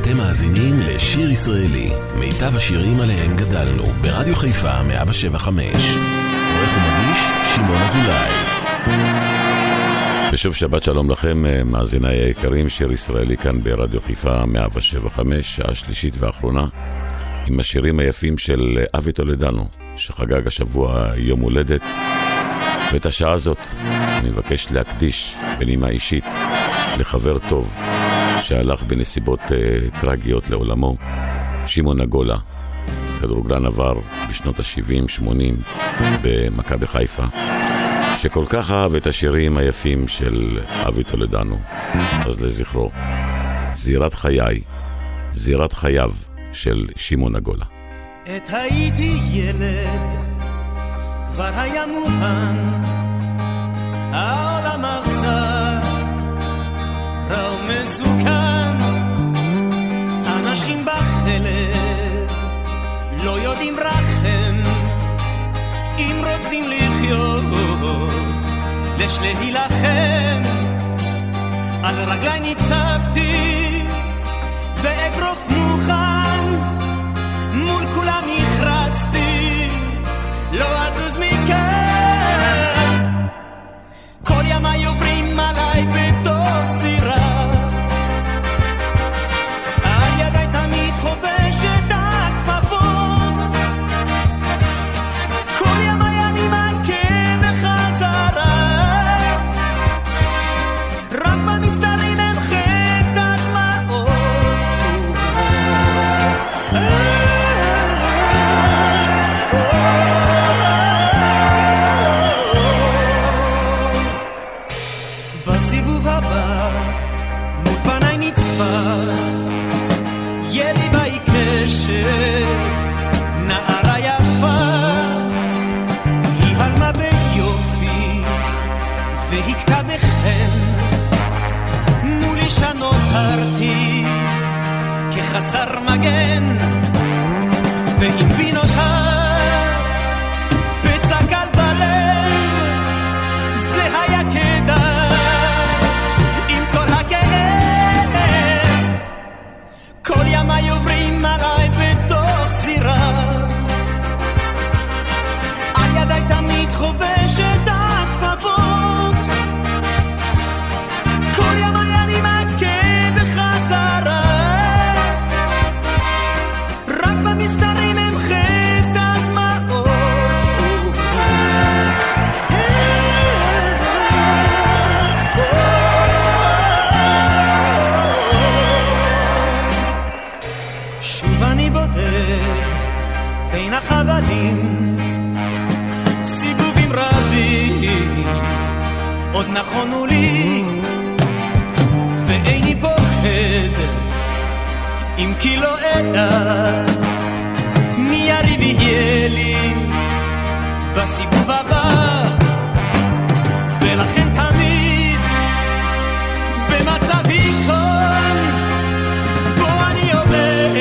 אתם מאזינים לשיר ישראלי, מיטב השירים עליהם גדלנו, ברדיו חיפה 175. עורך ומגיש שמעון אזולאי. ושוב שבת שלום לכם, מאזיניי היקרים, שיר ישראלי כאן ברדיו חיפה 175, שעה שלישית ואחרונה, עם השירים היפים של אבי טולדנו, שחגג השבוע יום הולדת. ואת השעה הזאת אני מבקש להקדיש בנימה אישית לחבר טוב שהלך בנסיבות טרגיות לעולמו, שמעון נגולה, כדורגלן עבר בשנות ה-70-80 במכבי חיפה, שכל כך אהב את השירים היפים של אבי טולדנו. אז לזכרו, זירת חיי, זירת חייו של שמעון נגולה. את הייתי ילד, כבר היה מובן, העולם אכזר, רע ומסוכן, אנשים בחלק לא יודעים רחם, אם רוצים לחיות יש להילחם. על רגלי ניצבתי באגרוף מוכן, מול כולם הכרזתי לא אזוז מכאן. כל ימי עוברים עליי בתוך סירה, על ידי תמיד חובשת הכפפות, כל ימי אני מכה בחזרה, רק במסתרים הם חטא הדמעות. בסיבוב הבא מול פניי נצפה ילדה עיקשת, נערה יפה, היא הלמה ביופי והכתה בחן, מולי שנותרתי כחסר מגן, ועם בינותיי פצע קל בלב, זה היה כדאי עם כל הכאב. כל ימי עוברים עליי בתוך סירה, על ידי תמיד חובשת הכפפות, כל ימי אני מכה בחזרה, רק במסתרים הם חטא הדמעות. שוב אני בודק בין החבלים, סיבובים רבים עוד נכונו לי, ואיני פוחד אם כי לא אדע מי יריב יהיה לי בסיבוב הבא. ולכן תמיד במצב עיקרון בו אני עובד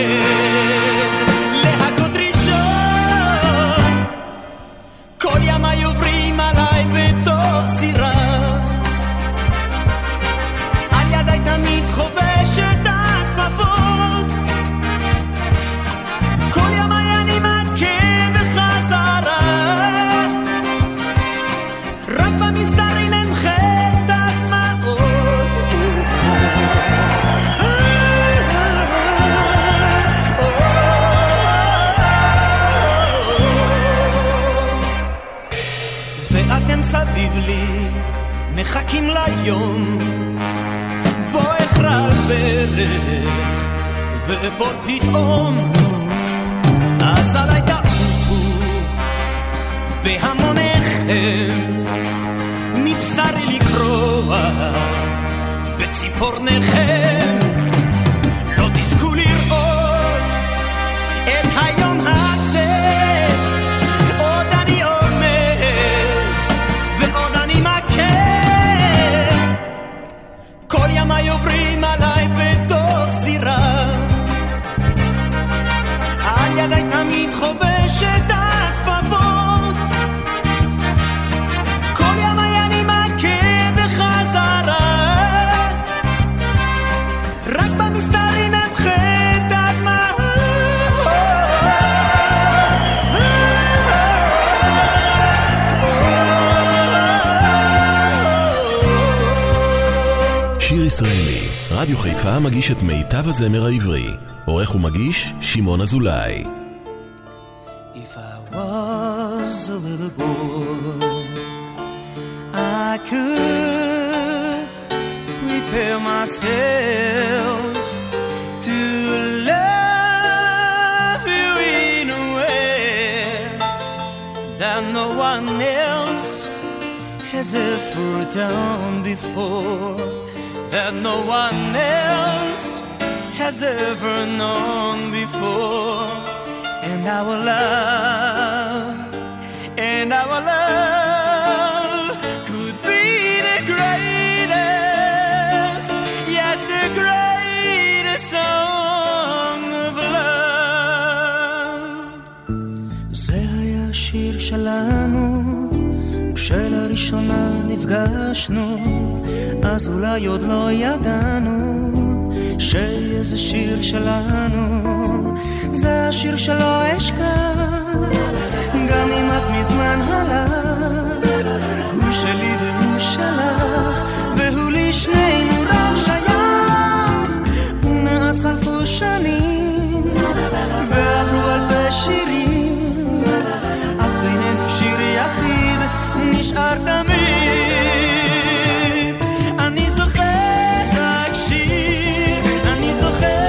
להכות ראשון, כל ימי עוברים עליי בתוך סירה, על ידי תמיד חובשת הכפפות, כל ימי אני מכה בחזרה, רק במסתרים הם חטא הדמעות. ואתם סביב לי מחכים ליום בו אכרע על ברך ואפול פתאום, אז עליי תעוטו בהמוניכם, מבשרי לקרוע בציפורניכם, לא תזכו לראות את היום הזה, עוד אני עומד ועוד אני מכה, כל ימי עוברים עליי בתוך סירה, על ידי תמיד חובשת הכפפות, כל ימי אני מכה בחזרה, רדיו חיפה מגיש את מיטב הזמר העברי. עורך ומגיש שמעון אזולאי. If I was a little boy, I could prepare myself to love you in a way that no one else has ever done before, that no one else has ever known before. And our love could be the greatest, yes, the greatest song of love. זה היה שיר שלנו, כשלראשונה נפגשנו, אז אולי עוד לא ידענו שזה שיר שלנו. זה השיר שלא אשכח, גם אם את מזמן הלכת. הוא שלי והוא שלך, והוא לי שנינו רק שייך. ומאז חלפו שנים, ועברו אלפי שירים, אך בינינו שיר יחיד נשאר תמיד. אני זוכר רק שיר, אני זוכר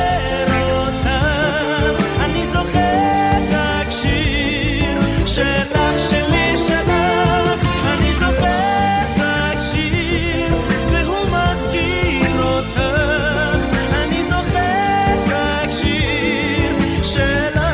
שלך, שלי, שלך. אני זוכר רק שיר, והוא מזכיר אותך. אני זוכר רק שיר שלך.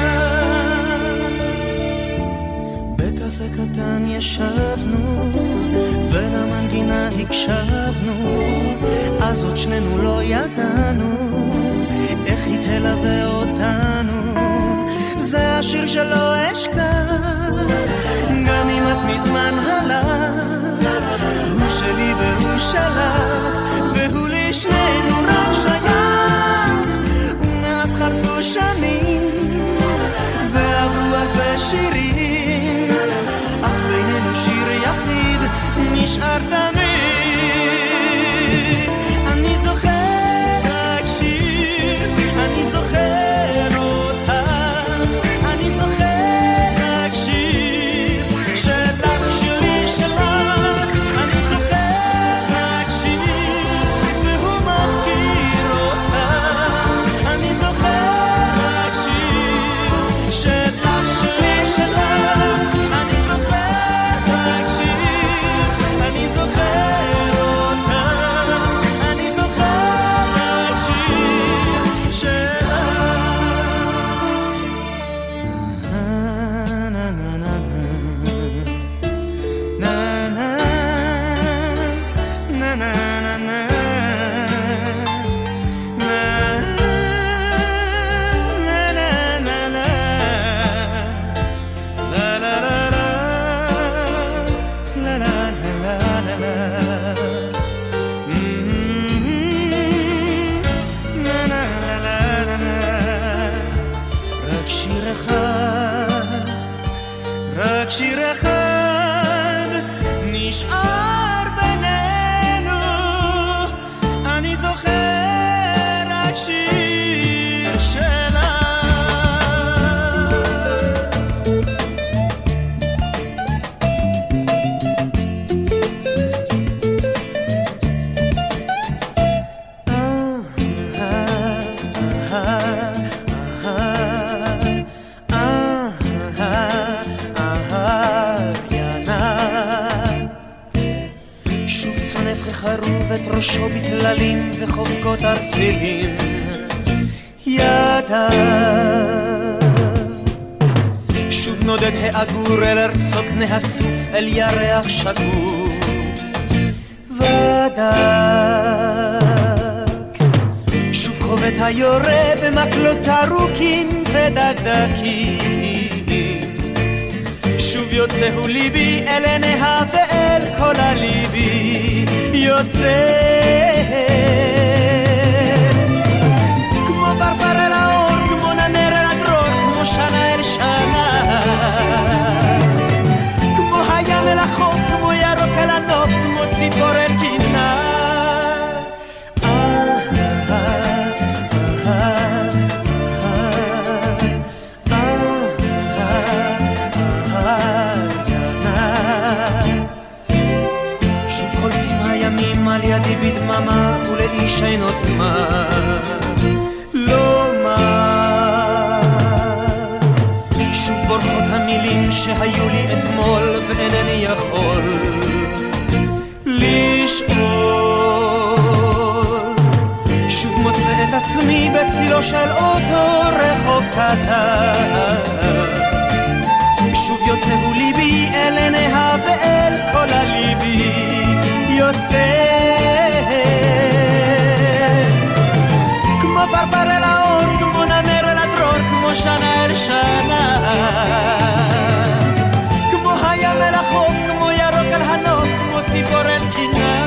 בקפה קטן ישבנו, ולמנגינה הקשבנו, אז עוד שנינו לא ידענו איך היא תלווה אותנו. זה השיר שלא אשכח, גם אם את מזמן הלכת. הוא שלי והוא שלך, והוא לי שנינו רק שייך. ומאז חלפו שנים, ועברו אלפי שירים, אך בינינו שיר יחיד נשאר תמיד. אני זוכר רק שיר, אני זוכר שיר אחד נשאר בינינו. אני זוכר רק שיר שלך. את ראשו בכללים וחובקות ערפילים ידיו. שוב נודד העגור אל ארצות פני הסוף, אל ירח שקוף ודק. שוב חובט היורה במקלות ארוכים ודקדקים. שוב יוצא הוא ליבי אל עיניה ואל כל הליבי יוצא כמו ברבר אל האור, כמו ננר אל הדרור, כמו שנה אל שנה, כמו הים אל החוף, כמו ירוק אל הנוף, כמו ציפור אל גינה. ולא של אותו רחוב קטן. שוב יוצא הוא ליבי אל עיניה ואל כל הליבי יוצא כמו ברבר אל האור, כמו נמר אל הדרור, כמו שנה אל שנה, כמו הים אל החוף, כמו ירוק אל הנוף, כמו ציפור אל קינה.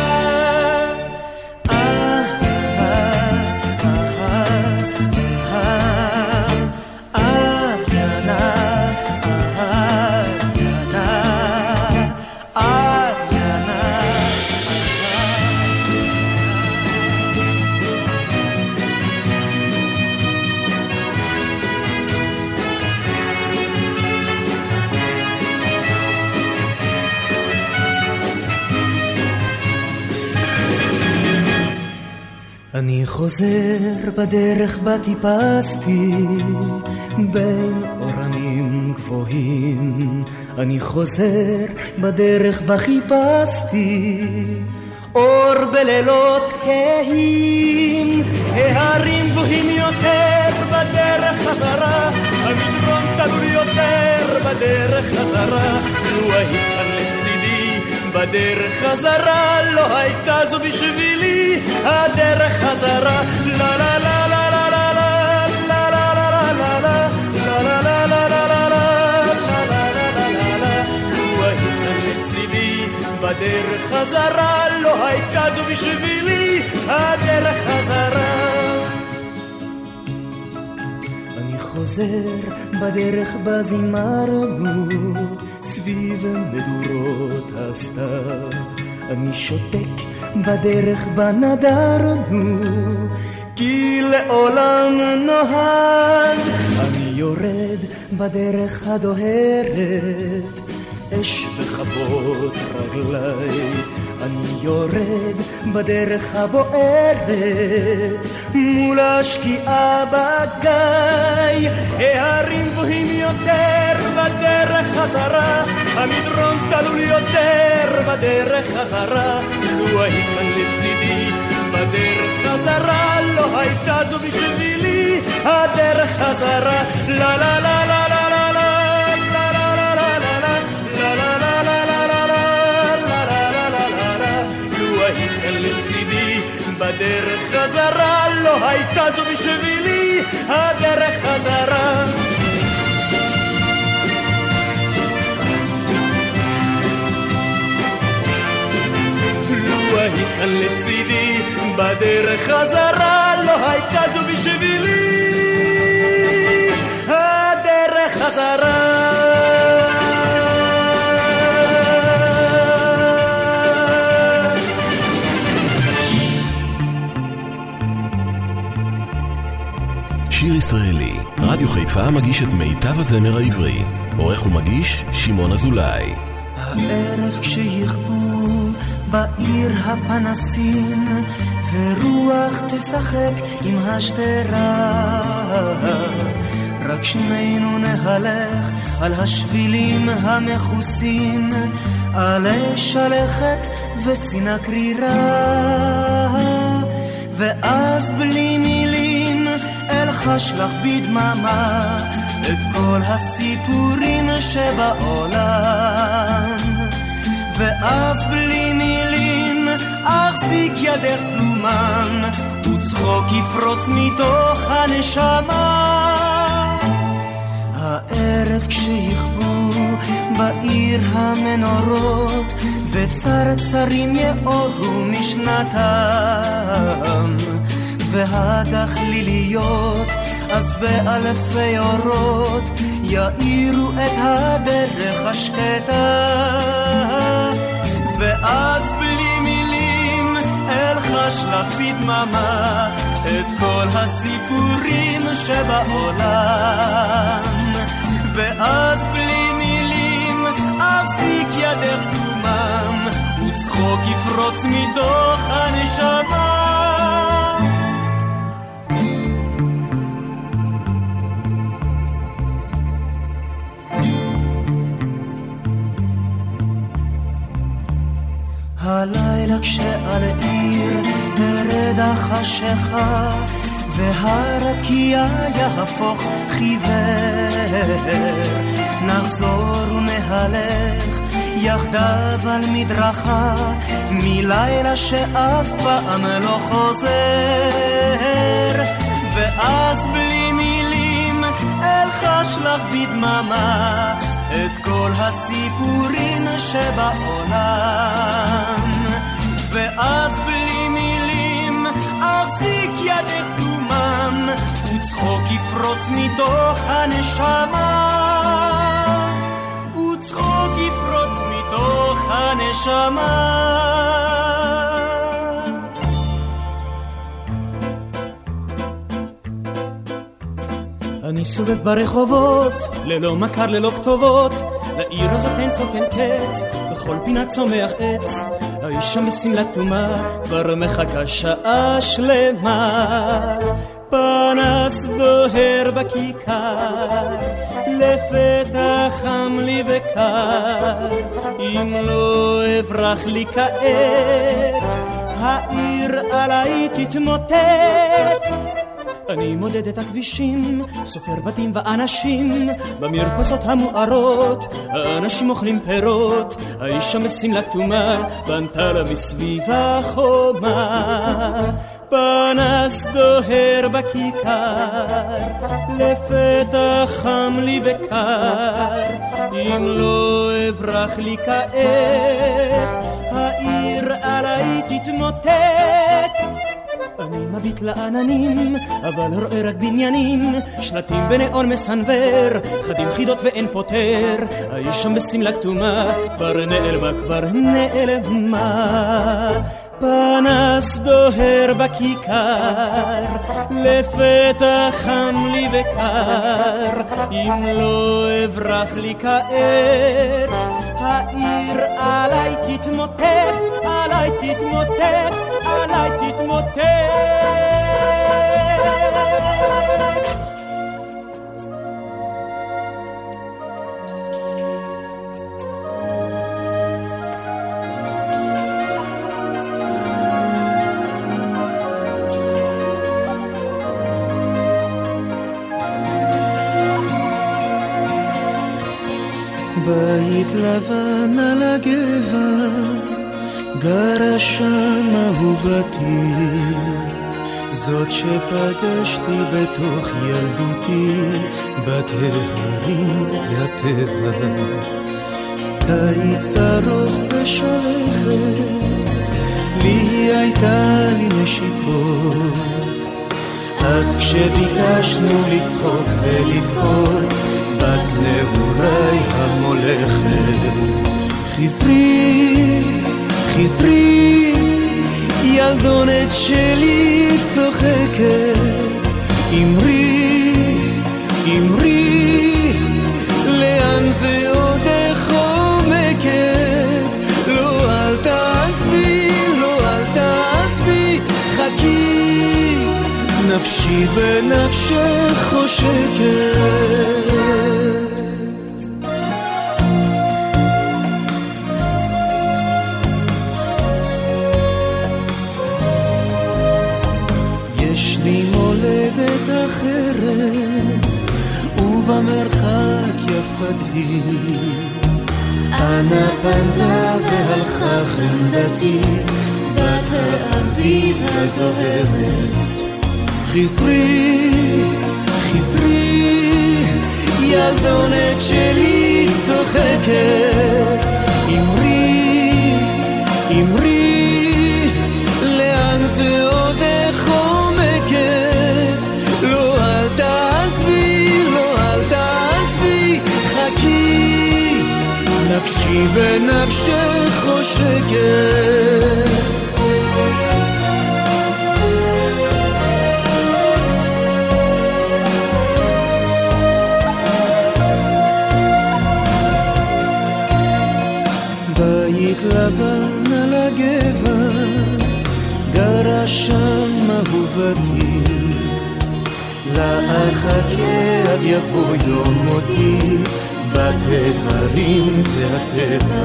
אני חוזר בדרך בה טיפסתי בין אורנים גבוהים, אני חוזר בדרך בה חיפשתי אור בלילות כהים, ההרים גבוהים יותר בדרך חזרה, המדרון תלול יותר בדרך חזרה, לו היית כאן לצידי בדרך חזרה, לא הייתה זו בשבילי הדרך חזרה. לה לה לה לה לה לה לה לה לה לה לה לה לה לה לה לה לה. לו היית כאן לצידי בדרך חזרה, לא הייתה זו בשבילי הדרך חזרה. אני חוזר בדרך בה זימרנו סביב מדורות הסתיו, אני שותק בדרך בה נדרנו כי לעולם נוהג, אני יורד בדרך הדוהרת אש בכבות רגלי, אני יורד בדרך הבוערת מול השקיעה בגיא, ההרים גבוהים יותר בדרך חזרה, המדרון תלול יותר בדרך חזרה, לו היית כאן לצידי בדרך חזרה, לא הייתה זו בשבילי הדרך חזרה. לה לה לה לה לה לה לה בדרך חזרה, לא הייתה זו בשבילי הדרך חזרה. לו היית כאן לצידי בדרך חזרה, לא הייתה זו בשבילי הדרך חזרה. שיר ישראלי, רדיו חיפה מגיש את מיטב הזמר העברי. עורך ומגיש שמעון אזולאי. הערב כשיכבו בעיר הפנסים ורוח תשחק עם השדרה, רק שנינו נהלך על השבילים המחוסים, עלי שלכת וצינה קרירה, ואז בלי מילים אלחש לך בדממה את כל הסיפורים שבעולם, ואז בלי מילים אחזיק ידך דומם וצחוק יפרוץ מתוך הנשמה. הערב כשיכבו בעיר המנורות וצרצרים יאורו משנתם, והגחליליות אז באלפי אורות יאירו את הדרך השקטה, ואז בלי מילים אלחש לך בדממה את כל הסיפורים שבעולם, ואז בלי מילים אפסיק ידך דומם וצחוק יפרוץ מתוך הנשמה. הלילה כשעל עיר תרד החשיכה והרקיע יהפוך חיוור. נחזור ונהלך יחדיו על מדרכה מלילה שאף פעם לא חוזר. ואז בלי מילים אלחש לך בדממה את כל הסיפורים שבעולם. ואז בלי מילים אחזיק ידך דומם וצחוק יפרוץ מתוך הנשמה, וצחוק יפרוץ מתוך הנשמה. אני סובב ברחובות, ללא מכר, ללא כתובות, לעיר הזאת אין סוף אין קץ, בכל פינה צומח עץ. האיש שם בשמלה תומה, כבר מחכה שעה שלמה. פנס דוהר בכיכר, לפתע חם לי וקר, אם לא אברח לי כעת, העיר עליי תתמוטט. אני מודד את הכבישים, סופר בתים ואנשים, במרפסות המוארות, האנשים אוכלים פירות. האיש שם בשמלה כתומה, בנתה לה מסביב החומה. פנס דוהר בכיכר, לפתע חם לי וקר, אם לא אברח לי כעת, העיר עליי תתמוטט. אני מביט לעננים, אבל רואה רק בניינים, שלטים בנאון מסנבר, חדים חידות ואין פותר. האיש שם בשמלה כתומה, כבר נעלמה, כבר נעלמה. פנס דוהר בכיכר, לפתע חם לי וקר, אם לא אברח לי כעת, העיר עליי תתמוטט, עליי תתמוטט, עליי תתמוטט. בית לבן על הגבע, גרה שם אהובתי, זאת שפגשתי בתוך ילדותי, בת ההרים והטבע. קיץ ארוך ושלכת, לי הייתה לי נשיקות, אז כשביקשנו לצחוק ולבכות, בת נעוריי המולכת. חזרי, חזרי, ילדונת שלי צוחקת, אמרי, אמרי, לאן זה עוד חומקת? לא אל תעזבי, לא אל תעזבי, חכי, נפשי בנפשך חושקת. יש לי מולדת אחרת ובמרחק יפתי, אנה פנתה והלכה חמדתי, בת האביב הזוהרת. חזרי, חזרי, ילדונת שלי צוחקת, אמרי, אמרי, לאן זה עוד חומקת? לא אל תעזבי, לא אל תעזבי, חכי, נפשי בנפשך חושקת. בית לבן על הגבע, גרה שם אהובתי, לאחכה עד יבוא יום מותי, בת ההרים והטבע.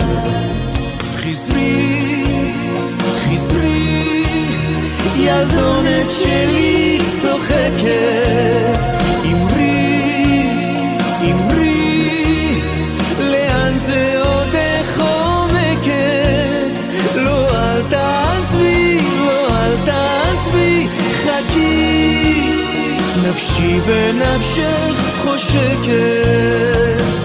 חזרי, חזרי, ילדונת שלי צוחקת, אמרי, לאן זה עוד חומקת? לא אל תעזבי, לא אל תעזבי, חכי, נפשי בנפשך חושקת.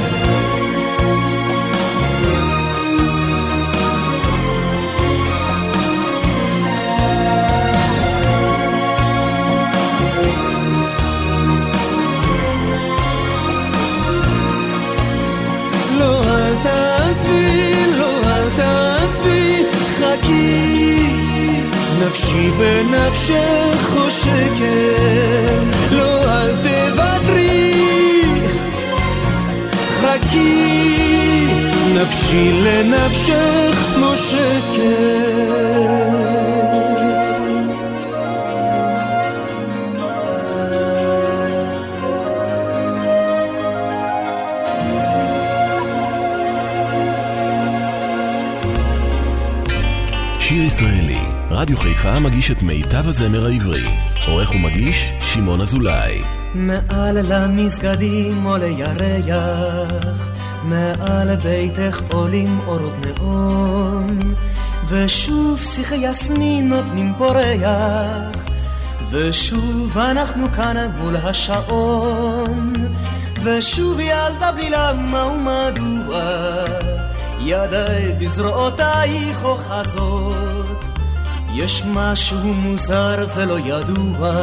נפשי בנפשך חושקת, לא אל תוותרי, חכי, נפשי לנפשך נושקת. שיר ישראלי, רדיו חיפה מגיש את מיטב הזמר העברי. עורך ומגיש שמעון אזולאי. מעל למסגדים עולה ירח, מעל ביתך עולים אורות נאון, ושוב שיחי יסמין נותנים פורח, ושוב אנחנו כאן מול השעון, ושוב ילדה בלי למה ומדוע, ידיי בזרועותייך אוחזות. יש משהו מוזר ולא ידוע,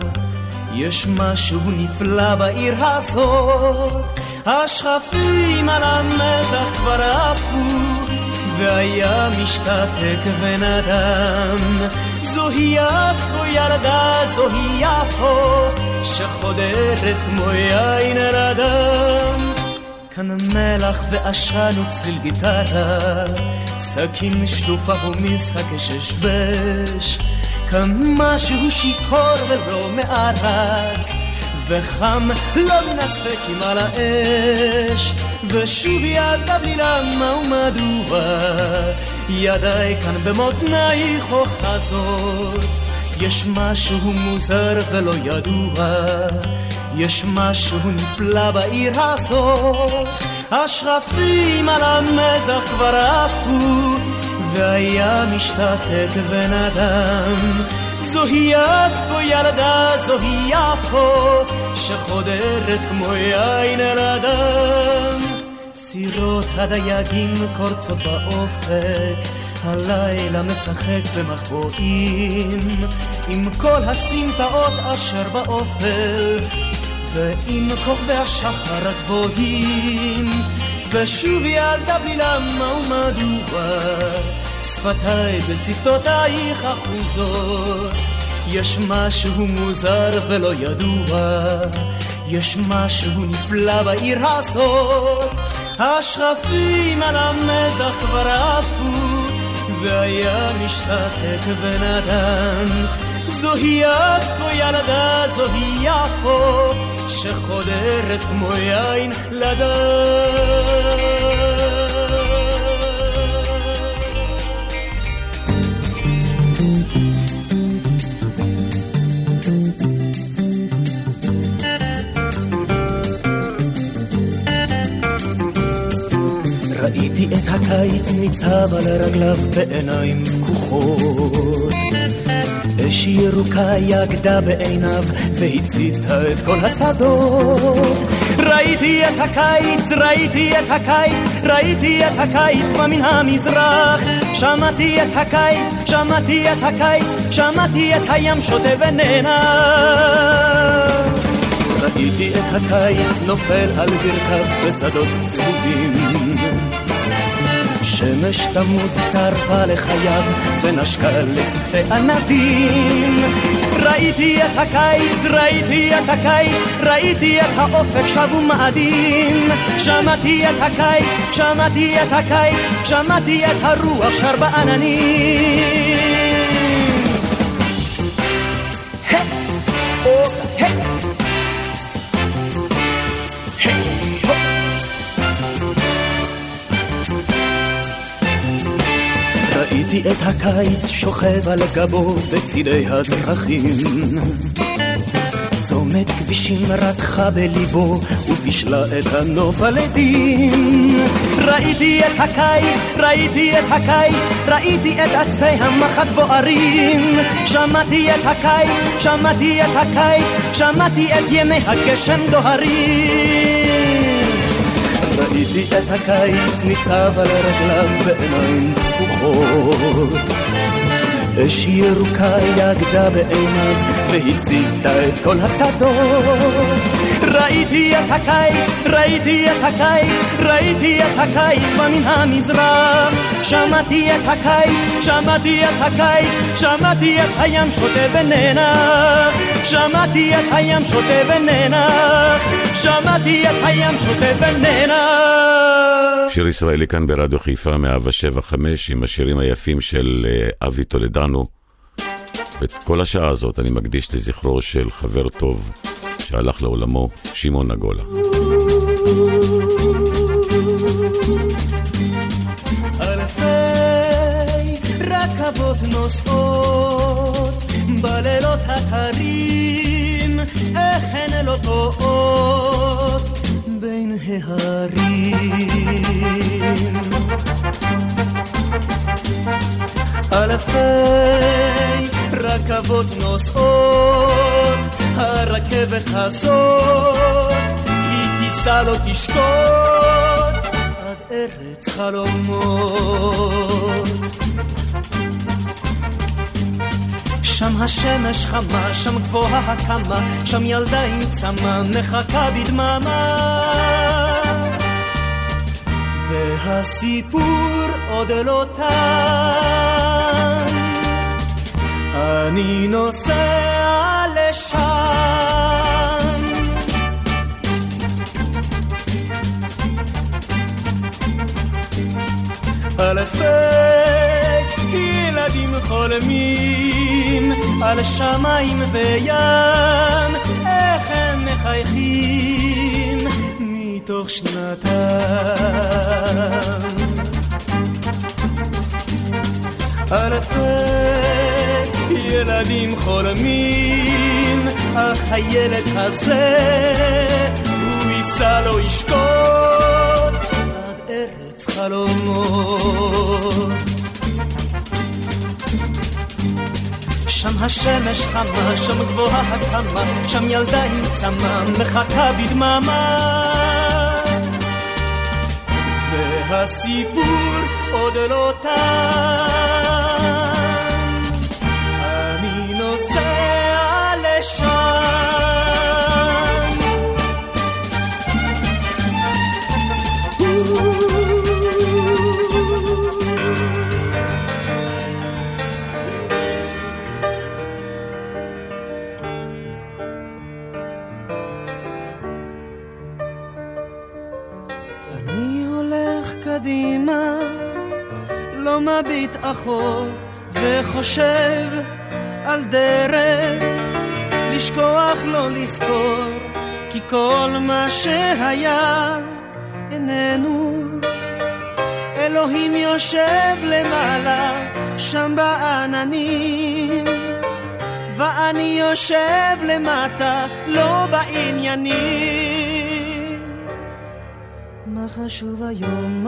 יש משהו נפלא בעיר הזאת. השכפים על המזח כבר עפו, והיה משתתק בן אדם. זוהי יפו ילדה, זוהי יפו, שחודרת כמו יין על אדם. כאן מלח ועשן וצליל גיטרה, סכין שלופה ומשחק ששבש. כאן משהו שיקור ולא מערק, וחם לא מנסתקים על האש. ושוב ידה בלי למה ומדוע, ידיי כאן במותנייך אוחזות. יש משהו מוזר ולא ידוע, יש משהו נפלא בעיר הזאת. השכפים על המזח כבר עפו, והיה משתתק בן אדם. זוהי יפו ילדה, זוהי יפו, שחודרת כמו יין על אדם. סירות הדייגים קורצות באופק, הלילה משחק במחבואים, עם כל הסמטאות אשר באופל, ועם כוכבי השחר הגבוהים. ושוב ילדה בלי למה ומדוע, שפתיי בשפתותייך אחוזות. יש משהו מוזר ולא ידוע, יש משהו נפלא בעיר הזאת. השכפים על המזח כבר עפו, והיה משתתק בן אדם. זוהי יפו ילדה, זוהי יפו, שחודרת כמו יין לדם. ראיתי את הקיץ ניצב על רגליו בעיניים פקוחות, אש ירוקה יגדה בעיניו והציתה את כל השדות. ראיתי את הקיץ, ראיתי את הקיץ, ראיתי את הקיץ מן המזרח. שמעתי את הקיץ, שמעתי את הקיץ, שמעתי את הים שוטה וננח. ראיתי את הקיץ נופל על ברכיו בשדות צהובים, שמש תמוז צרפה לחייו ונשקה לשפתי ענבים. ראיתי את הקיץ, ראיתי את הקיץ, ראיתי את האופק שב ומאדים. שמעתי את הקיץ, שמעתי את הקיץ, שמעתי את הרוח שר בעננים. ראיתי את הקיץ שוכב על גבו בצידי הדרכים, צומת כבישים רתחה בליבו ופישלה את הנוף על עדים. ראיתי את הקיץ, ראיתי את הקיץ, ראיתי את עצי המחט בוערים. שמעתי את הקיץ, שמעתי את הקיץ, שמעתי את ימי הגשם דוהרים. ראיתי את הקיץ ניצב על רגליו בעיניים פקוחות, אש ירוקה יגדה בעיניו והציתה את כל השדות. ראיתי את הקיץ, ראיתי את הקיץ, ראיתי את הקיץ מן המזרח. שמעתי את הקיץ, שמעתי את הקיץ, שמעתי את הים שותה בננח. שמעתי את הים שותה בננח, שמעתי את הים שותה בננח. שיר ישראלי כאן ברדיו חיפה 107.5 עם השירים היפים של אבי טולדנו. ואת כל השעה הזאת אני מקדיש לזכרו של חבר טוב שהלך לעולמו, שמעון נגולה. אלפי רכבות נוסעות בלילות הקרים, איך הן לא טועות בין ההרים. אלפי רכבות נוסעות, הרכבת הזאת היא תיסע לא תשקוט עד ארץ חלומות. שם השמש חמה, שם גבוהה הקמה, שם ילדה עם צמה מחכה בדממה, והסיפור עוד לא תם. אני נוסע לשם, אלפי ילדים חולמים על שמיים וים, איך הם מחייכים מתוך שנתם. אלפי ילדים חולמים, אך הילד הזה הוא ייסע לא ישקוט עד ארץ חלומות. שם השמש חמה, שם גבוהה הקמה, שם ילדה עם צמה מחכה בדממה, והסיפור עוד לא תם. אני נוסע לשם. אני הולך קדימה, לא מביט אחור, וחושב על דרך לשכוח לא לזכור, כי כל מה שהיה איננו. אלוהים יושב למעלה שם בעננים, ואני יושב למטה לא בעניינים. מה חשוב היום?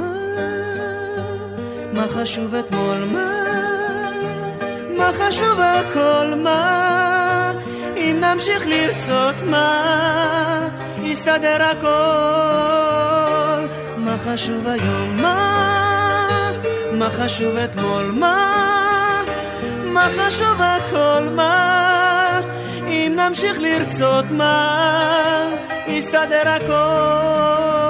מה חשוב אתמול? מה חשוב הכל? מה אם נמשיך לרצות? מה יסתדר הכל? מה חשוב היום? מה חשוב אתמול? מה חשוב הכל? מה אם נמשיך לרצות? מה יסתדר הכל?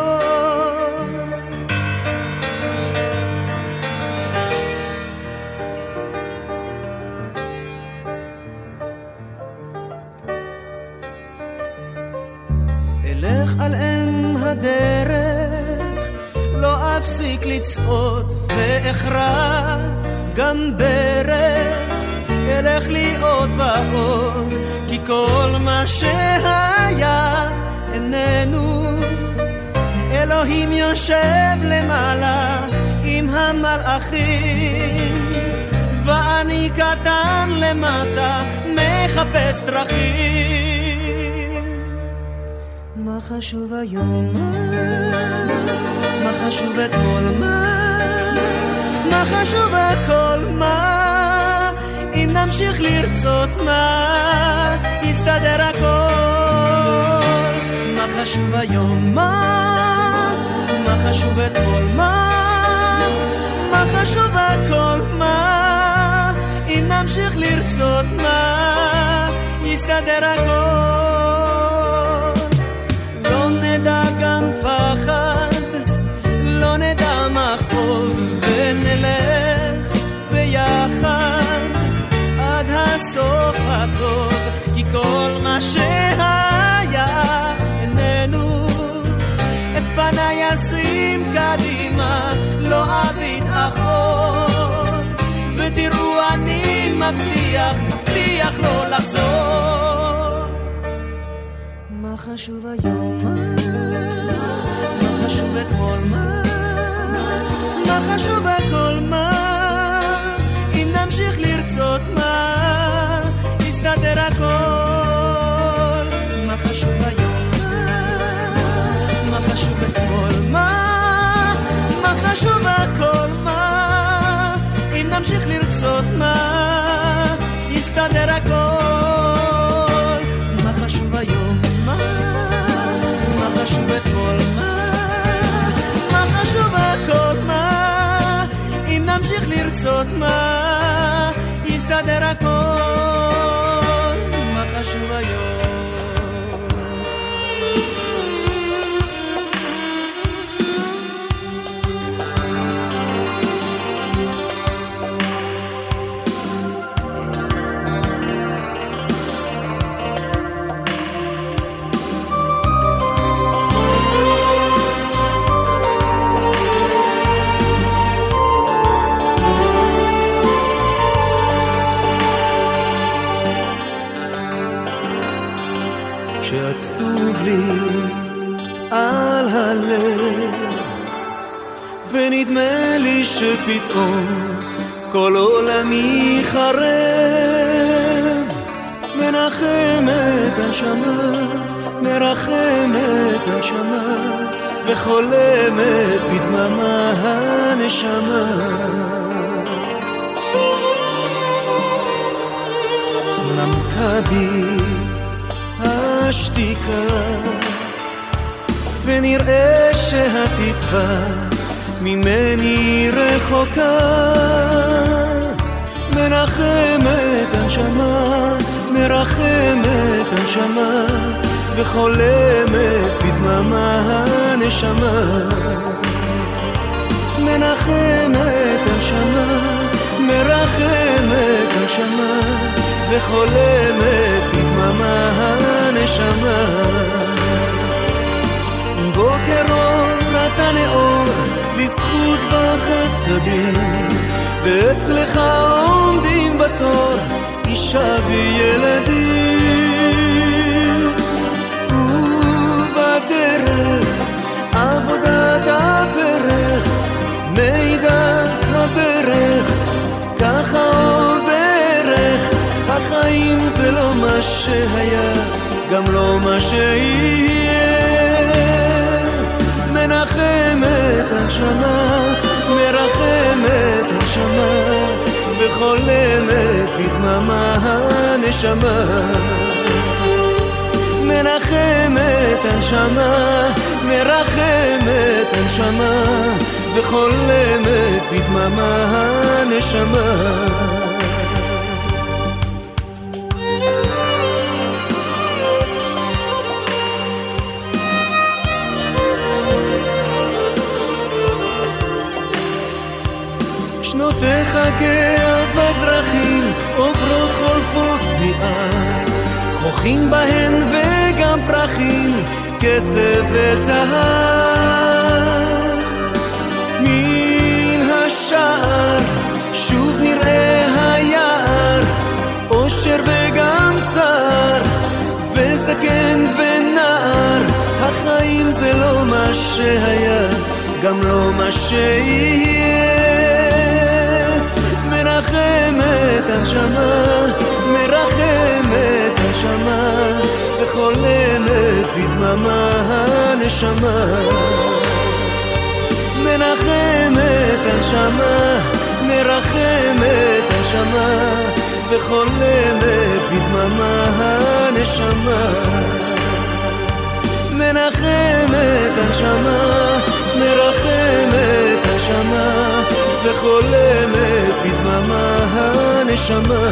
אלך על אם הדרך, לא אפסיק לצעוד ואכרע גם ברך. אלך לי עוד ועוד, כי כל מה שהיה איננו. אלוהים יושב למעלה עם המלאכים, ואני קטן למטה מחפש דרכים. מה חשוב היום? מה חשוב אתמול? מה חשוב הכל? מה אם נמשיך לרצות? מה יסתדר הכל? מה חשוב היום? מה חשוב אתמול? מה חשוב הכל? מה אם נמשיך לרצות? מה יסתדר הכל? לא נדע גם פחד, לא נדע מכאוב, ונלך ביחד עד הסוף הטוב, כי כל מה שהיה איננו, את פניי אשים קדימה, לא אביט אחור, ותראו אני מבטיח לא לחזור. מה חשוב היום? מה חשוב אתמול? מה חשוב הכל? מה אם נמשיך לרצות? מה יסתדר הכל? מה חשוב היום? מה חשוב אתמול? מה חשוב הכל? מה אם נמשיך לרצות? מה יסתדר הכל? מה חשוב היום? מה חשוב אתמול? מה חשוב הכל? מה אם נמשיך לרצות? מה יסתדר הכל? מה חשוב היום? שעצוב לי על הלב, ונדמה לי שפתאום כל עולמי חרב, מנחמת הנשמה, מרחמת הנשמה, וחולמת בדממה הנשמה. נמתה בי השתיקה, ונראה שהתקווה ממני רחוקה. מנחמת הנשמה, מרחמת הנשמה, וחולמת בדממה הנשמה. מנחמת הנשמה, מרחמת הנשמה, וחולמת בדממה הנשמה. בוקר אור נתן לאור לזכות וחסדים, ואצלך עומדים בתור אישה וילדים. ובדרך עבודת הפרך, מידת הברך, ככה עוברך. החיים זה לא מה שהיה, גם לא מה שיהיה. מנחמת הנשמה, מרחמת הנשמה, וחולמת בדממה הנשמה. מנחמת הנשמה, מרחמת הנשמה, וחולמת בדממה הנשמה. שנותיך כאבק דרכים עוברות חולפות ביעף, חוכים בהן וגם פרחים, כסף וזהב. מן השער שוב נראה היער, אושר וגם צער, וזקן ונער. החיים זה לא מה שהיה, גם לא מה שיהיה. מרחמת הנשמה, מרחמת הנשמה, וחולמת בדממה הנשמה, מנחמת הנשמה, מרחמת הנשמה, וחולמת בדממה הנשמה, מנחמת הנשמה, מרחמת הנשמה, וחולמת בדממה הנשמה.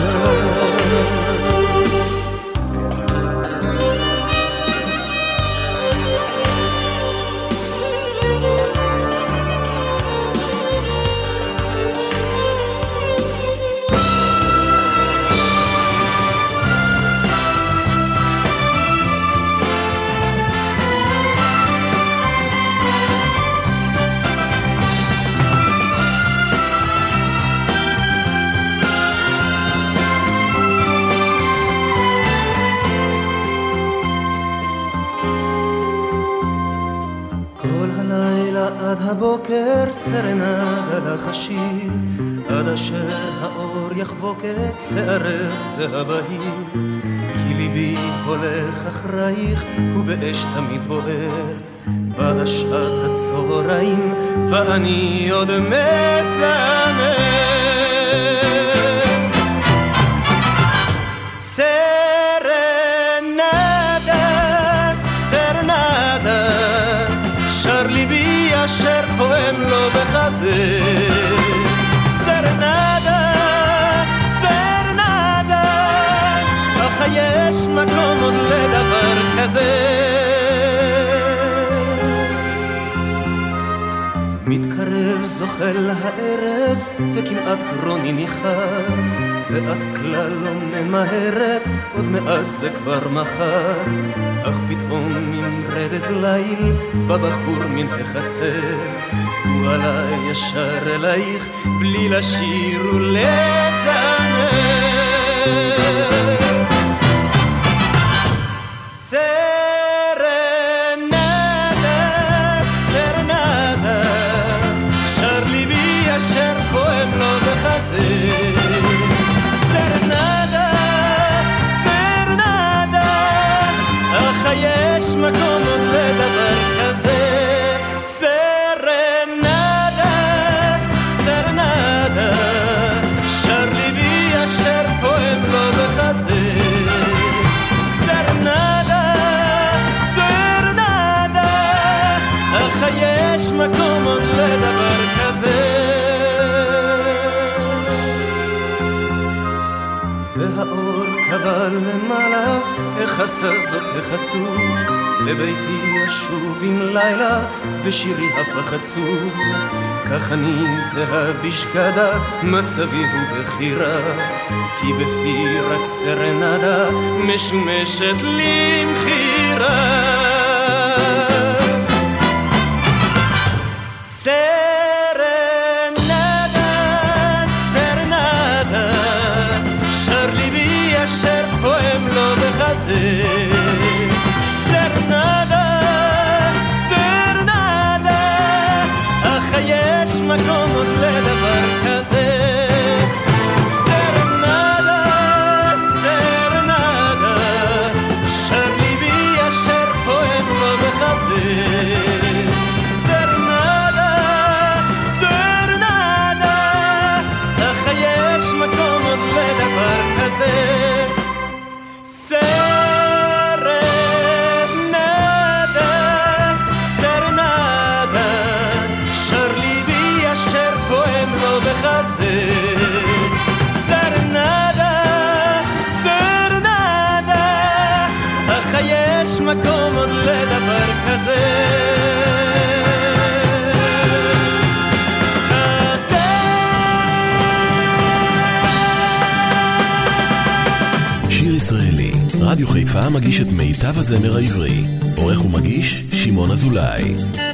הבוקר סרנדה לך השיר, עד אשר האור יחבוק את שערך זה הבהיר, כי ליבי הולך אחרייך ובאש תמיד בוער, באה שעת הצהריים ואני עוד מסמר. סרנדה שר ליבי אשר פועם לו בחזה, סרנדה, סרנדה, אך יש מקום עוד לדבר כזה. מתקרב זוחל הערב וכמעט קרוני ניחר, ואת כלל לא ממהרת, עוד מעט זה כבר מחר, אך פתאום נמרדת ליל בבחור מן החצר, הוא עלה ישר אלייך בלי לשיר ולזמר. סרנדה, סרנדה, שר ליבי אשר פועם לו בחזה, סרנדה, סרנדה, אך יש מקום עוד לדבר כזה. סרנדה, סרנדה, שר ליבי אשר פועם לו בחזה, סרנדה, סרנדה, אך יש מקום עוד לדבר כזה. והאור קבל למעלה, איך עשה זאת החצוף, לביתי ישוב עם לילה ושירי הפך עצוב, כך אני זהה בשקדה, מצבי הוא בחירה, כי בפי רק סרנדה משומשת לי מחירה. אשר פועם לו בחזה, סרנדה, סרנדה, אך יש מקום עוד לדבר כזה. סרנדה, סרנדה, שר ליבי אשר פועם לו בחזה, סרנדה, סרנדה, אך יש מקום עוד לדבר כזה. סרנדה, סרנדה, אך יש מקום עוד לדבר כזה. שיר ישראלי, רדיו חיפה מגיש את מיטב הזמר העברי. עורך ומגיש שמעון אזולאי.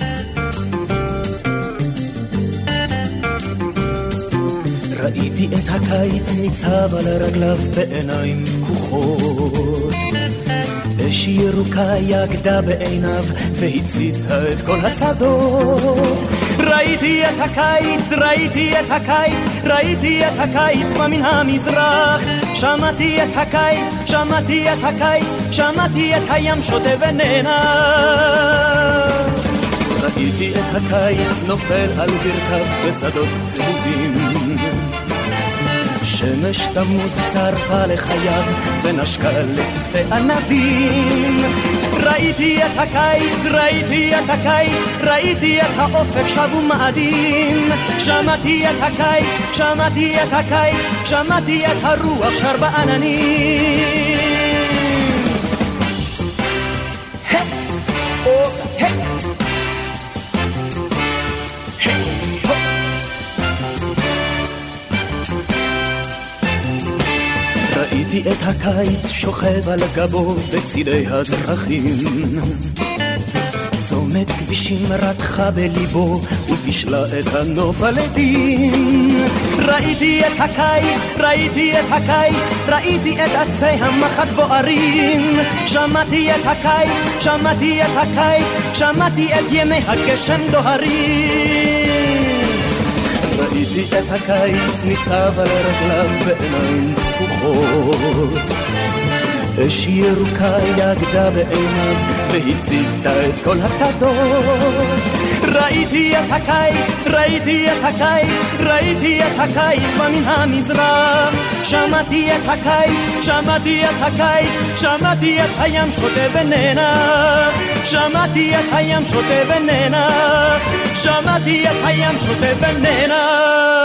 ראיתי את הקיץ ניצב על רגליו בעיניים פקוחות, אש ירוקה יגדה בעיניו והציתה את כל השדות. ראיתי את הקיץ, ראיתי את הקיץ, ראיתי את הקיץ מן המזרח, שמעתי את הקיץ, שמעתי את הקיץ, שמעתי את הים שוטה וננח. הקיץ נופל על ברכיו בשדות צהובים. שמש תמוז צרפה לחייו ונשקה לשפתי ענבים. ראיתי את הקיץ, ראיתי את הקיץ, ראיתי את האופק שב ומאדים. שמעתי את הקיץ, שמעתי את הקיץ, שמעתי את הרוח שר בעננים. ראיתי את הקיץ שוכב על גבו בצידי הדרכים. צומת כבישים רתחה בליבו ובישלה את הנוף הלדים. ראיתי את הקיץ, ראיתי את הקיץ, ראיתי את עצי המחט בוערים. שמעתי את הקיץ, שמעתי את הקיץ, שמעתי את ימי הגשם דוהרים. ראיתי את הקיץ ניצב על רגליו בעיניים פקוחות. אש ירוקה יגדה בעיניו והציתה את כל השדות. ראיתי את הקיץ, ראיתי את הקיץ, ראיתי את הקיץ במן המזרח. שמעתי את הקיץ, שמעתי את הקיץ, שמעתי את הים שותה בננה. שמעתי את הים שותה בננה. שמעתי את הים שותה בננה.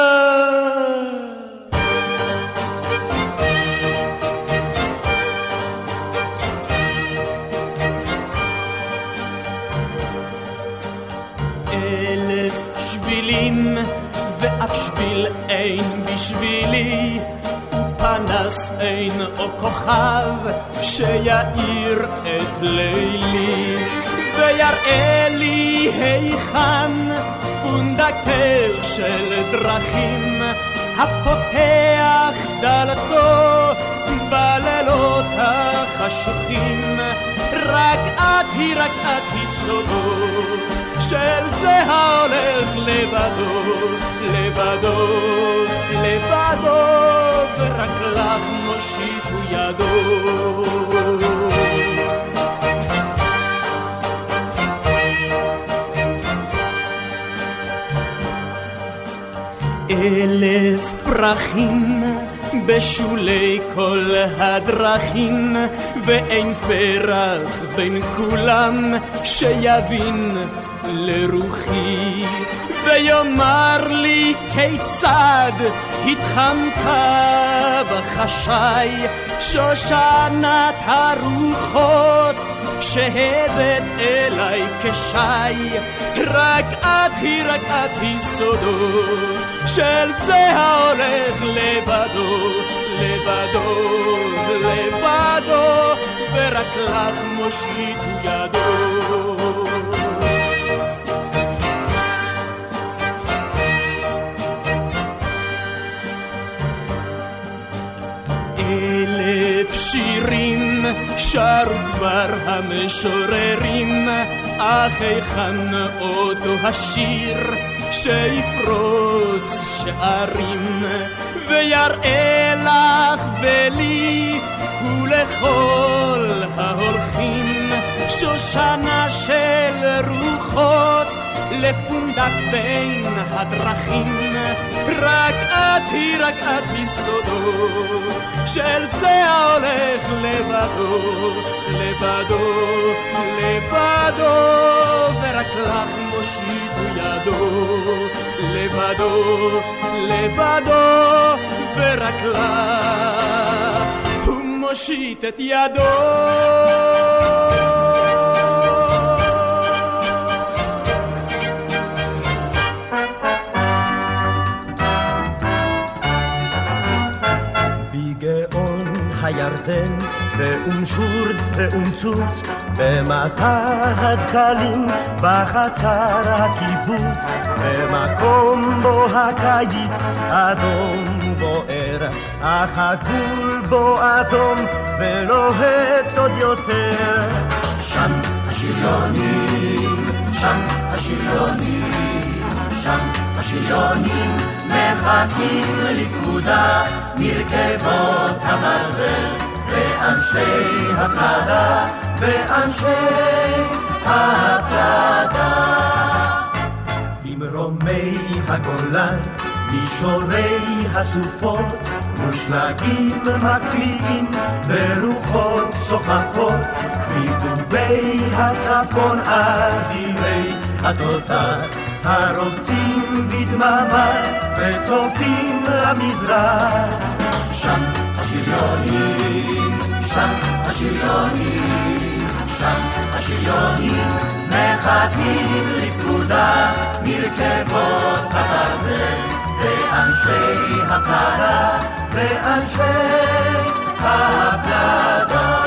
ואף שביל אין בשבילי, פנס אין או כוכב שיעיר את לילי ויראה לי היכן פונדקר של דרכים הפותח דלתו בלילות החשוכים. רק את היא, רק את היא סודו של זה ההולך לבדו, לבדו, לבדו, ורק לך מושיטו ידו. אלף פרחים בשולי כל הדרכים, ואין פרח בין כולם שיבין לרוחי ויאמר לי כיצד התחמקה בחשאי שושנת הרוחות שהבאת אליי כשי. רק את היא, רק את היא סודו של זה ההולך לבדו, לבדו, לבדו, ורק לך מושיטו ידו. אלף שירים שרו כבר המשוררים, אך היכן אותו השיר שיפרוץ שערים ויראה לך ולי ולכל ההולכים שושנה של רוחות לפונדק בין הדרכים. רק את היא, רק את היא סודו של זה ההולך לבדו, לבדו, לבדו, ורק לך מושיטו ידו. לבדו, לבדו, ורק לך הוא מושיט את ידו. הירדן ואומשורט ואומצוץ במטר הדקלים בחצר הקיבוץ, במקום בו הקיץ אדום בוער, אך הגבול בו אדום ולוהט עוד יותר. שם השריונים, שם השריונים, שם השריונים מחכים לפקודה מרכבות הברזל ואנשי הפלדה ואנשי הפלדה. דרומי הגולן, מישורי הסופות, ושלגים מקריאים ברוחות סוחפות, מדובי הצפון אדירי התותח, הרובצים בדממה וצופים למזרח. שם השריונים, שם השריונים, שם השריונים, מחכים לפקודה מרכבות הברזל, ואנשי הפלדה, ואנשי הפלדה.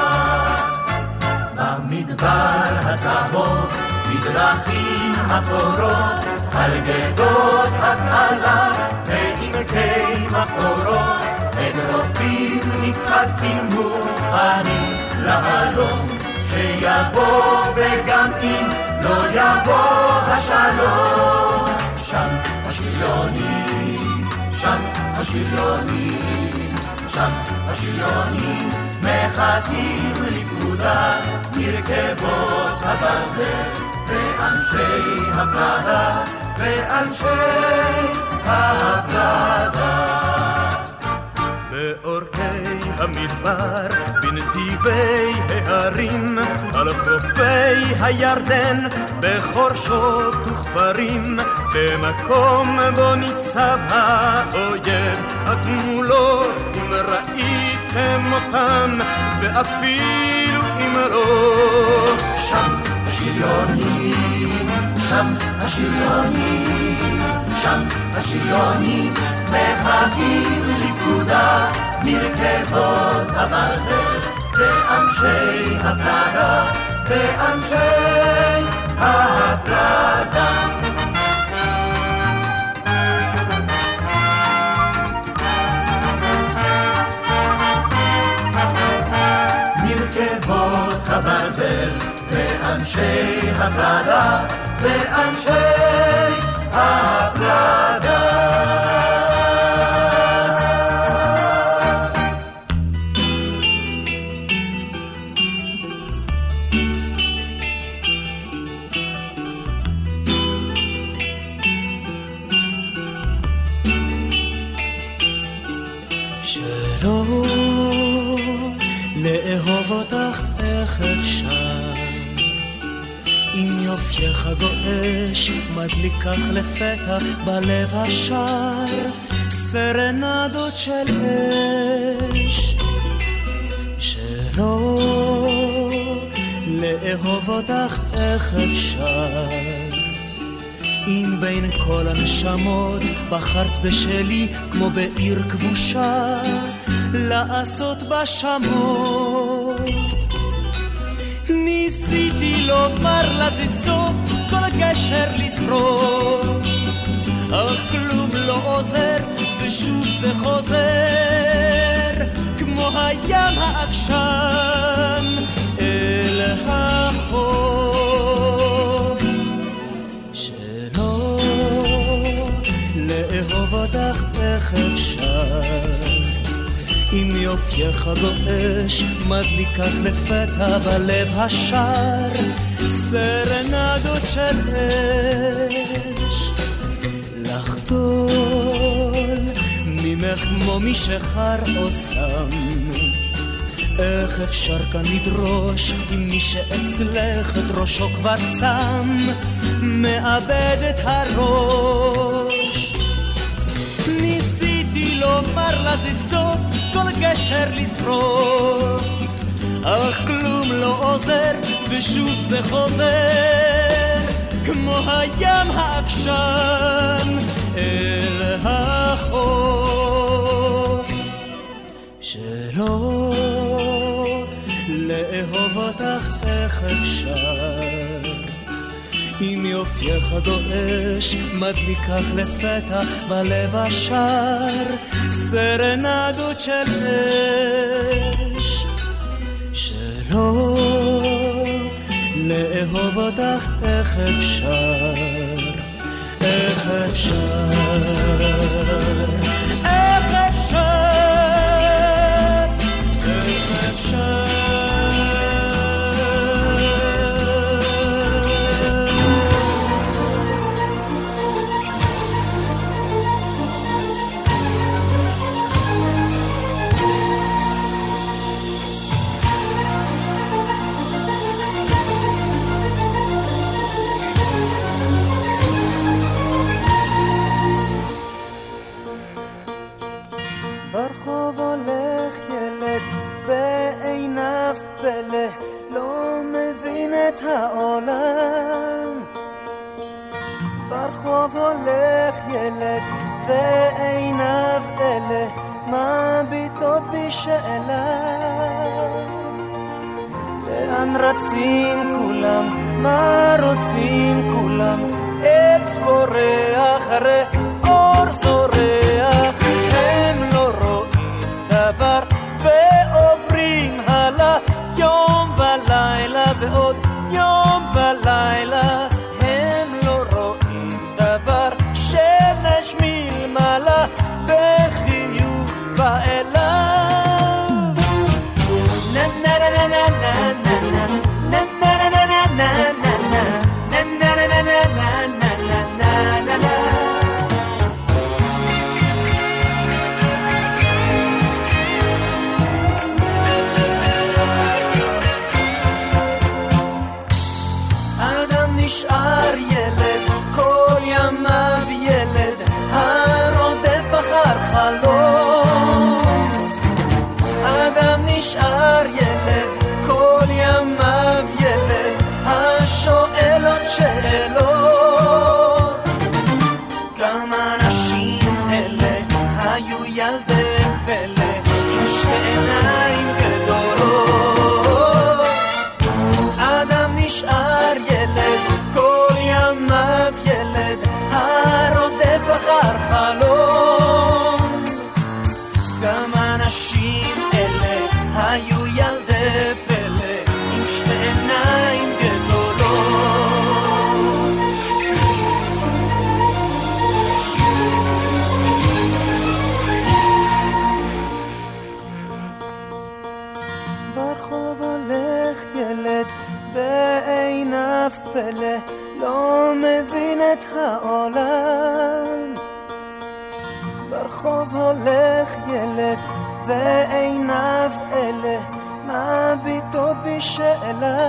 במדבר הצהוב, בדרכים אפורות, על גדות הקהלה, ועמקי מחבורות, אגרופים נקפצים מוכנים להלום, שיבוא וגם אם לא יבוא השלום. שם השריונים, שם השריונים, שם השריונים, מחכים לפקודה מרכבות הברזל, ואנשי הפלדה, ואנשי הפלדה. באורכי המדבר, בנתיבי ההרים, על חופי הירדן, בחורשות וכפרים, במקום בו ניצב האויב, אז מולו אם ראיתם אותם, ואפילו אם לא. שם השריונים, שם השריונים, שם השריונים, מחכים לפקודה מרכבות הברזל, ואנשי הפלדה, ואנשי הפלדה. מרכבות הברזל, ואנשי הפלדה, ואנשי הפלדה. שלא לאהוב אותך איך אפשר, אם יופייך גועש מדליקך לפתע בלב השר, סרנדות של אש. שלא לאהוב אותך איך אפשר, אם בין כל הנשמות בחרת בשלי כמו בעיר כבושה, לעשות בשמות. ניסיתי לומר לה זה סוף, כל גשר לשרוף, אך כלום לא עוזר, ושוב זה חוזר כמו הים העקשן אל החוף. שלא לאהוב אותך איך אפשר, אם יופייך גועש מדליקך לפתע בלב השר, סרנדות של אש. לחדול ממך כמו משחר או סם, איך אפשר כאן לדרוש אם מי שאצלך את ראשו כבר שם, מאבד את הראש. ניסיתי לומר לה זה סוף, כל גשר לשרוף, אך כלום לא עוזר, ושוב זה חוזר כמו הים העקשן אל החוף. שלא לאהוב אותך איך אפשר, אם יופייך גועש מדליקך לפתע בלב השר, סרנדות של אש. שלא לאהוב אותך איך אפשר, איך אפשר, איך אפשר, איך אפשר. ברחוב הולך ילד ועיניו אלה מביטות בשאלה לאן רצים כולם, מה רוצים כולם, עץ בורח הרי אור זורח, הם לא רואים דבר ועוברים הלאה יום ולילה ועוד יום ולילה, הם לא רואים דבר, שמש מלמעלה בחיוך בא אליו. נה נה נה נה נה נה נה נה נה נה נה נשאר ילד, כל ימיו ילד, הרודף אחר חלום. אדם נשאר ילד, כל ימיו ילד, השואל עוד שאלות. כמה אנשים אלה היו ילדי פלא, עם שתי עיניים גדולות. אדם נשאר ילד, כל ימיו ילד, הרודף אחר חלום. כמה אנשים אלה היו ילדי פלא, עם שתי עיניים גדולות. ברחוב הולך ילד בעיניו פלא, לא מבין את העולם. ברחוב הולך ילד ועיניו אלה מביטות בשאלה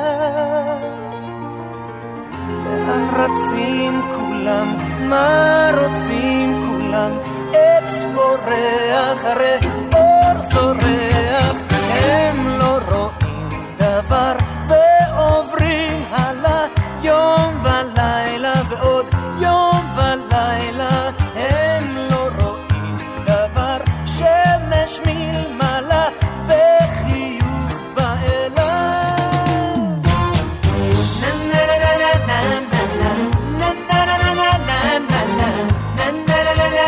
לאן רצים כולם, מה רוצים כולם, עץ בורח הרי אור זורח, הם לא רואים דבר ועוברים הלאה יום ולילה ועוד יום ולילה, הם לא רואים דבר, שמש מלמעלה בחיוך בא אליו. נה נה נה נה נה נה נה נה נה נה נה נה נה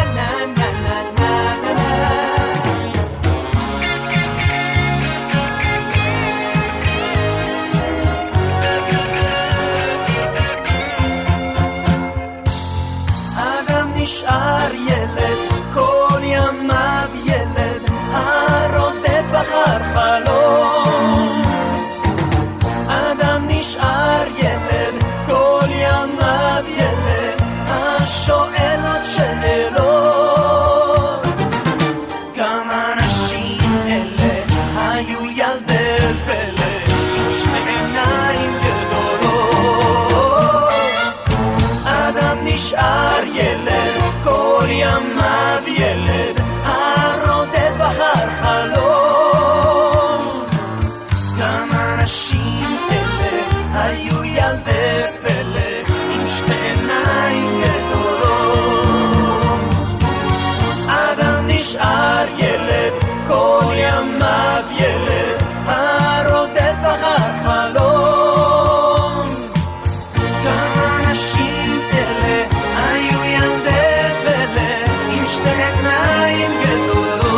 נשאר ילד, כל ימיו ילד, הרודף אחר חלום. אדם נשאר ילד, כל ימיו ילד, השואל עוד שאלות. כמה אנשים אלה היו ילדי פלא, עם שתי עיניים גדולות. אדם נשאר ילד, כל ימיו ילד, הרודף אחר חלום. כמה אנשים אלה היו ילדי פלא, עם שתי עיניים גדולות. אדם נשאר ילד, כל ימיו ילד, הרודף אחר חלום. כמה אנשים אלה היו ילדי פלא, עם שתי עיניים גדולות.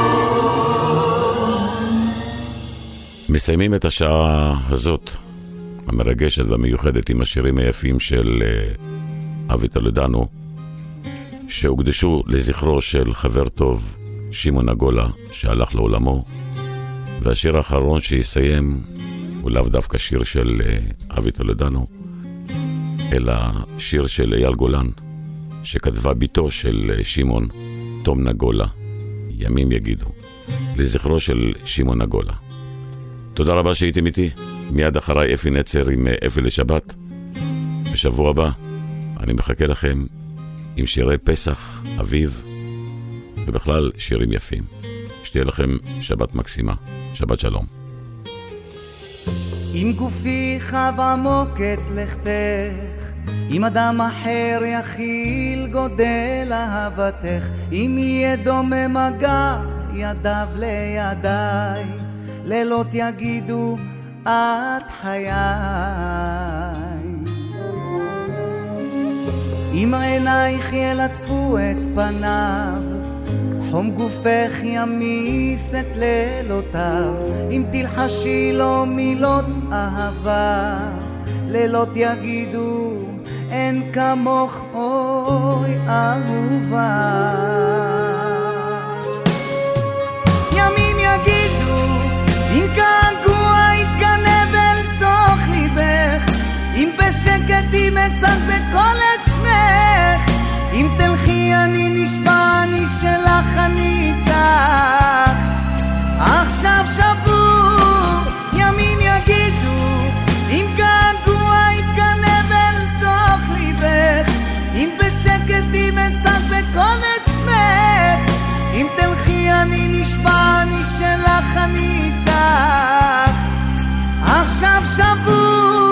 מסיימים את השעה הזאת המרגשת והמיוחדת עם השירים היפים של אבי טולדנו, שהוקדשו לזכרו של חבר טוב שמעון נגולה שהלך לעולמו. והשיר האחרון שיסיים הוא לאו דווקא שיר של אבי טולדנו, אלא שיר של אייל גולן שכתבה ביתו של שמעון, תום נגולה, ימים יגידו, לזכרו של שמעון נגולה. תודה רבה שהייתם איתי. מיד אחריי אפי נצר עם אפי לשבת. בשבוע הבא אני מחכה לכם עם שירי פסח, אביב, ובכלל שירים יפים. שתהיה לכם שבת מקסימה. שבת שלום. עם גופי חב עמוק את לכתך, אם אדם אחר יכיל גודל אהבתך, אם יהיה דומה מגע ידיו לידיי, לילות יגידו את חיי. אם עינייך ילטפו את פניו, חום גופך ימיס את לילותיו, אם תלחשי לו מילות אהבה, לילות יגידו אין כמוך אוי אהובה. ימים יגידו אם געגוע יתגנב אל תוך ליבך, אם בשקט ימצק בכל את שמך, אם תלכי אני נשבע אני שלך אני איתך, עכשיו שבור. ימים יגידו אם געגוע יתגנב אל תוך ליבך, אם בשקט ימצק בכל את שמך, אם תלכי אני נשבע אני שלך אני איתך, עכשיו שבור.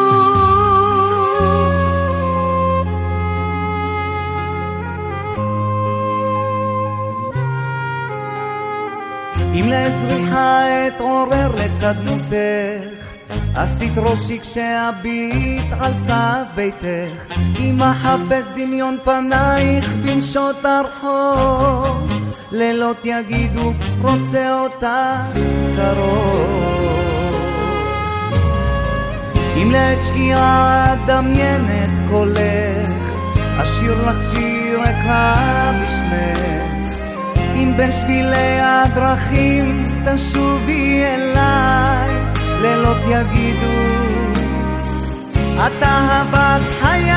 אם לעזריך אתעורר לצד דמותך, עשית ראשי כשאביט על סף ביתך, אם אחפש דמיון פנייך בנשות הרחוב, לילות יגידו רוצה אותה קרוב. אם לעת שקיעה אדמיין את קולך, אשיר לך שיר אקרא בשמך, אם בין שבילי הדרכים תשובי אליי, לילות יגידו את אהבת חיי.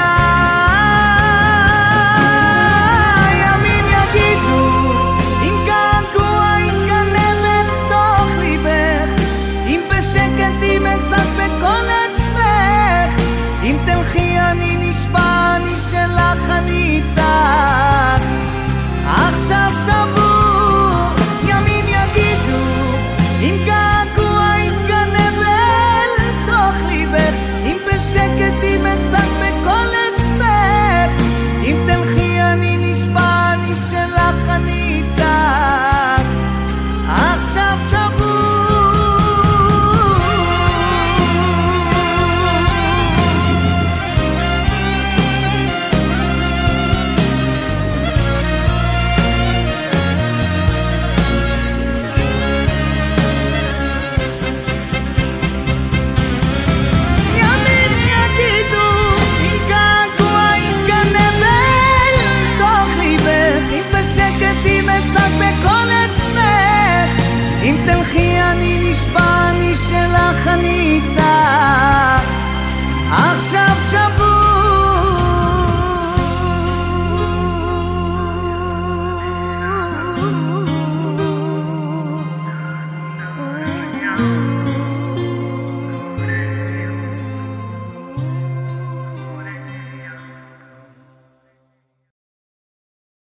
ימים יגידו אם געגוע יתגנב אל תוך ליבך, אם בשקט ימצק בכל את שמך, אם תלכי אני נשבע אני שלך אני איתך, עכשיו שבור. ימים יגידו אם געגוע יתגנב אל תוך ליבך, אם בשקט ימצק בכל את שמך, אם תלכי אני נשבע אני שלך אני איתך, עכשיו שבור. אם תלכי אני נשבע אני שלך אני איתך, עכשיו שבור.